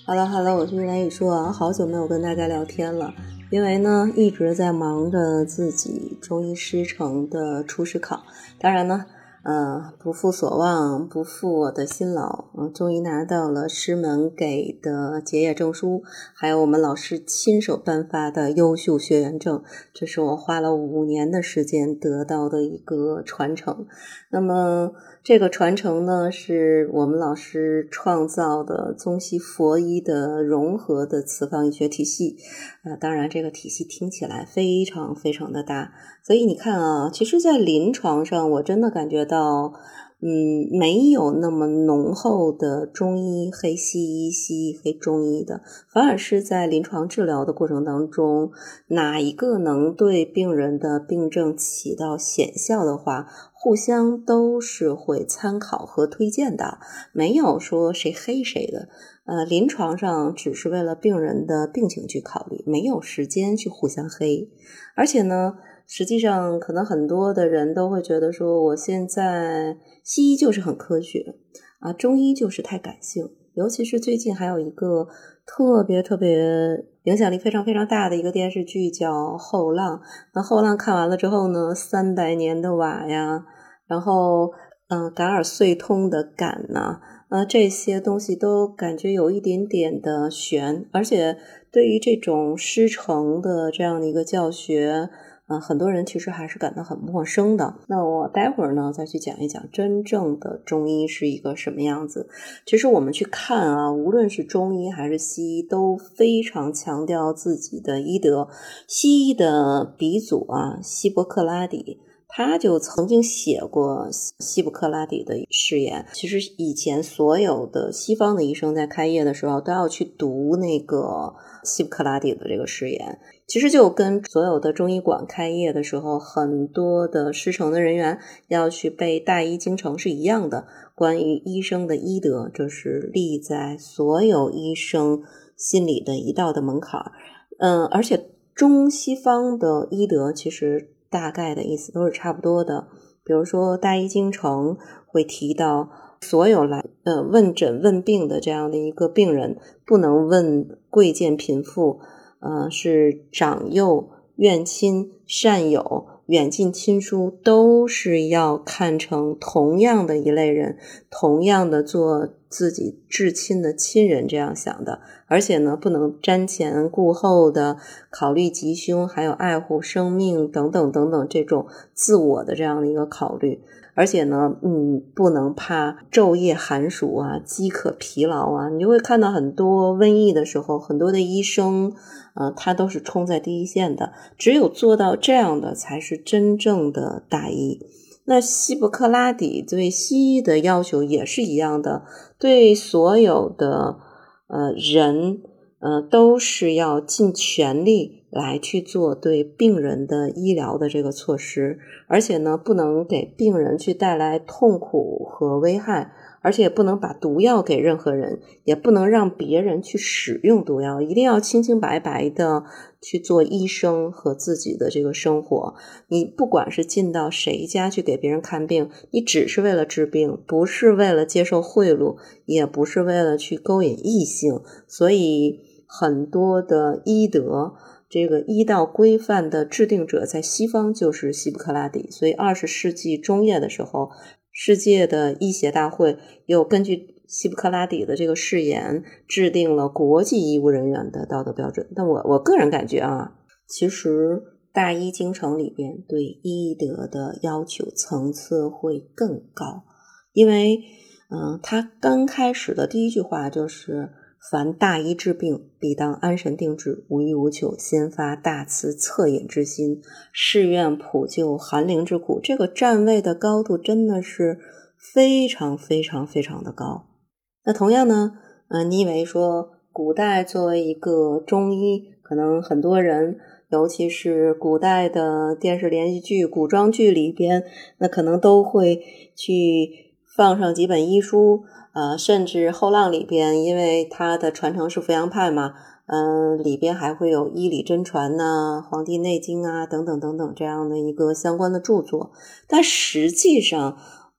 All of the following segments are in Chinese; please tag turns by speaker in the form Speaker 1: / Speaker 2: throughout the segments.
Speaker 1: Hello，我是来宇说啊，好久没有跟大家聊天了，因为呢一直在忙着自己中医师承的初试考，当然呢，不负所望，不负我的辛劳，终于拿到了师门给的结业证书，还有我们老师亲手颁发的优秀学员证，这是我花了5年的时间得到的一个传承。那么这个传承呢，是我们老师创造的中西佛医的融合的此方医学体系。当然这个体系听起来非常非常的大，所以你看啊，其实在临床上我真的感觉到没有那么浓厚的中医黑西医、西医黑中医的，反而是在临床治疗的过程当中，哪一个能对病人的病症起到显效的话，互相都是会参考和推荐的，没有说谁黑谁的。临床上只是为了病人的病情去考虑，没有时间去互相黑。而且呢，实际上可能很多的人都会觉得说，我现在西医就是很科学啊，中医就是太感性。尤其是最近还有一个特别影响力非常非常大的一个电视剧叫《后浪》，那《后浪》看完了之后呢，300年的瓦呀，然后感尔遂通的感呐，这些东西都感觉有一点点的悬，而且对于这种师承的这样的一个教学，很多人其实还是感到很陌生的。那我待会儿呢再去讲一讲真正的中医是一个什么样子。其实我们去看啊，无论是中医还是西医都非常强调自己的医德。西医的鼻祖啊，希波克拉底，他就曾经写过希波克拉底的誓言。其实以前所有的西方的医生在开业的时候都要去读那个希波克拉底的这个誓言，其实就跟所有的中医馆开业的时候很多的师承的人员要去背大医精诚是一样的。关于医生的医德，这是立在所有医生心里的一道的门槛。而且中西方的医德其实大概的意思都是差不多的。比如说大医精诚会提到所有来问诊问病的这样的一个病人，不能问贵贱贫富，是长幼怨亲善友远近亲疏，都是要看成同样的一类人，同样的做自己至亲的亲人这样想的。而且呢，不能瞻前顾后的考虑吉凶，还有爱护生命等等等等这种自我的这样的一个考虑。而且呢，不能怕昼夜寒暑啊，饥渴疲劳啊。你就会看到很多瘟疫的时候，很多的医生他都是冲在第一线的，只有做到这样的才是真正的大医。那希波克拉底对西医的要求也是一样的，对所有的人都是要尽全力来去做对病人的医疗的这个措施，而且呢，不能给病人去带来痛苦和危害，而且不能把毒药给任何人，也不能让别人去使用毒药，一定要清清白白的去做医生和自己的这个生活。你不管是进到谁家去给别人看病，你只是为了治病，不是为了接受贿赂，也不是为了去勾引异性。所以很多的医德这个医道规范的制定者在西方就是希波克拉底，所以20世纪中叶的时候，世界的医协大会又根据希波克拉底的这个誓言制定了国际医务人员的道德标准。但我个人感觉啊，其实大医精诚里边对医德的要求层次会更高，因为他刚开始的第一句话就是凡大医治病，必当安神定志，无欲无求，先发大慈恻隐之心，誓愿普救寒灵之苦。这个站位的高度真的是非常非常非常的高。那同样呢，你以为说古代作为一个中医，可能很多人尤其是古代的电视连续剧、古装剧里边，那可能都会去放上几本医书，甚至后浪里边，因为它的传承是扶阳派嘛，里边还会有医理真传呐、黄帝内经啊等等等等这样的一个相关的著作。但实际上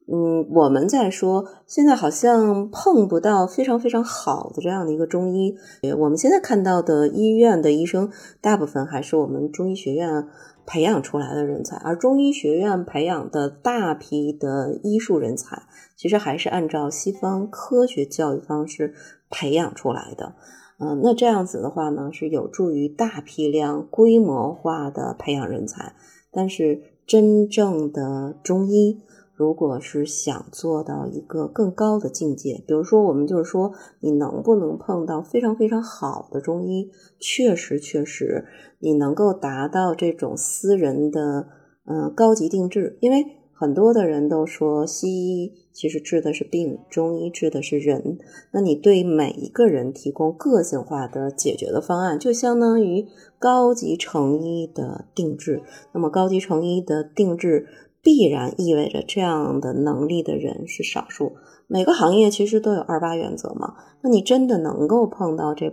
Speaker 1: 我们在说现在好像碰不到非常非常好的这样的一个中医，我们现在看到的医院的医生大部分还是我们中医学院培养出来的人才，而中医学院培养的大批的医术人才其实还是按照西方科学教育方式培养出来的。那这样子的话呢，是有助于大批量规模化的培养人才。但是真正的中医如果是想做到一个更高的境界，比如说我们就是说你能不能碰到非常非常好的中医，确实你能够达到这种私人的高级定制。因为很多的人都说西医其实治的是病，中医治的是人，那你对每一个人提供个性化的解决的方案，就相当于高级成医的定制。那么高级成医的定制必然意味着这样的能力的人是少数。每个行业其实都有28原则嘛，那你真的能够碰到这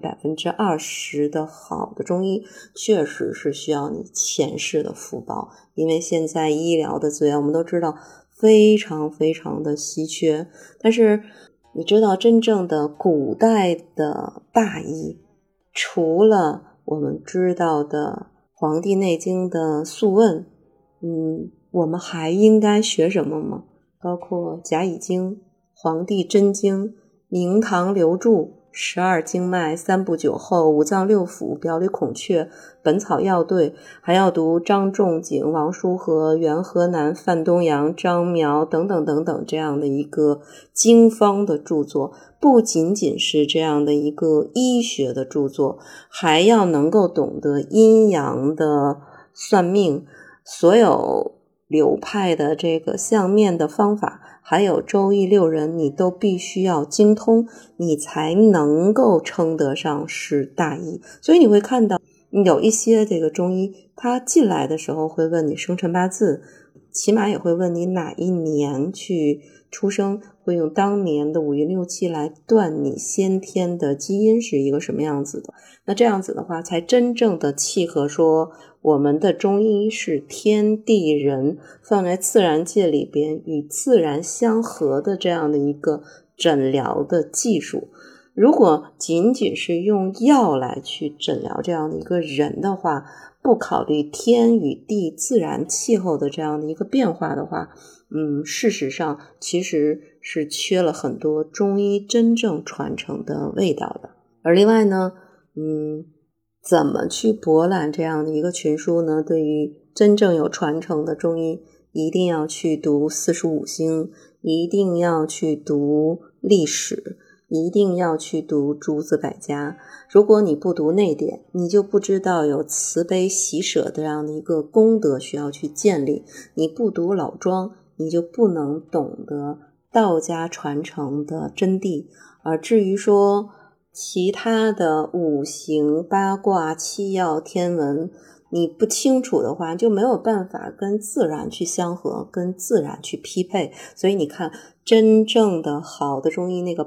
Speaker 1: 20% 的好的中医，确实是需要你前世的福报。因为现在医疗的资源我们都知道非常非常的稀缺，但是你知道真正的古代的大医，除了我们知道的《黄帝内经》的素问，我们还应该学什么吗？包括甲乙经、黄帝真经、明堂刘注、12经脉、3部9候、五脏六腑、表里孔雀、本草药对，还要读张仲景、王叔和、袁河南、范东阳、张苗等等等等这样的一个经方的著作。不仅仅是这样的一个医学的著作，还要能够懂得阴阳的算命，所有流派的这个相面的方法，还有周易6人，你都必须要精通，你才能够称得上是大医。所以你会看到有一些这个中医，他进来的时候会问你生辰八字，起码也会问你哪一年去出生，会用当年的5运6气来断你先天的基因是一个什么样子的。那这样子的话才真正的契合说我们的中医是天地人放在自然界里边与自然相合的这样的一个诊疗的技术。如果仅仅是用药来去诊疗这样的一个人的话，不考虑天与地自然气候的这样的一个变化的话，事实上其实是缺了很多中医真正传承的味道的。而另外呢，怎么去博览这样的一个群书呢？对于真正有传承的中医，一定要去读45星，一定要去读历史，一定要去读诸子百家。如果你不读那点，你就不知道有慈悲喜舍这样的一个功德需要去建立。你不读老庄，你就不能懂得道家传承的真谛。而至于说其他的五行、八卦、七曜、天文，你不清楚的话，就没有办法跟自然去相合，跟自然去匹配。所以你看，真正的好的中医，那个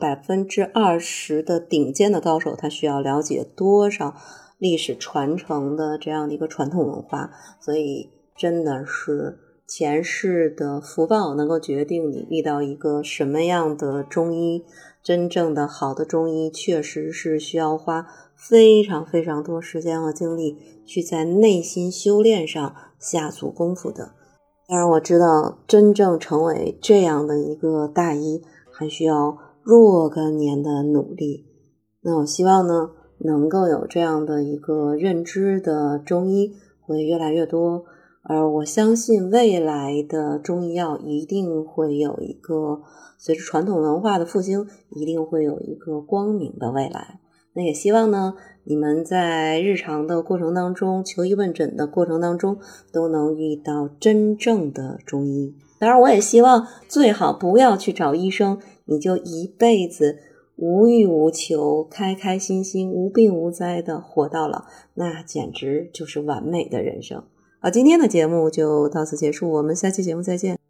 Speaker 1: 20%的顶尖的高手，他需要了解多少历史传承的这样的一个传统文化。所以真的是前世的福报能够决定你遇到一个什么样的中医。真正的好的中医确实是需要花非常非常多时间和精力去在内心修炼上下足功夫的。当然我知道真正成为这样的一个大医还需要若干年的努力。那我希望呢能够有这样的一个认知的中医会越来越多，而我相信未来的中医药一定会有一个随着传统文化的复兴，一定会有一个光明的未来。那也希望呢你们在日常的过程当中，求医问诊的过程当中，都能遇到真正的中医。当然我也希望最好不要去找医生，你就一辈子无欲无求，开开心心，无病无灾的活到老，那简直就是完美的人生。好，今天的节目就到此结束，我们下期节目再见。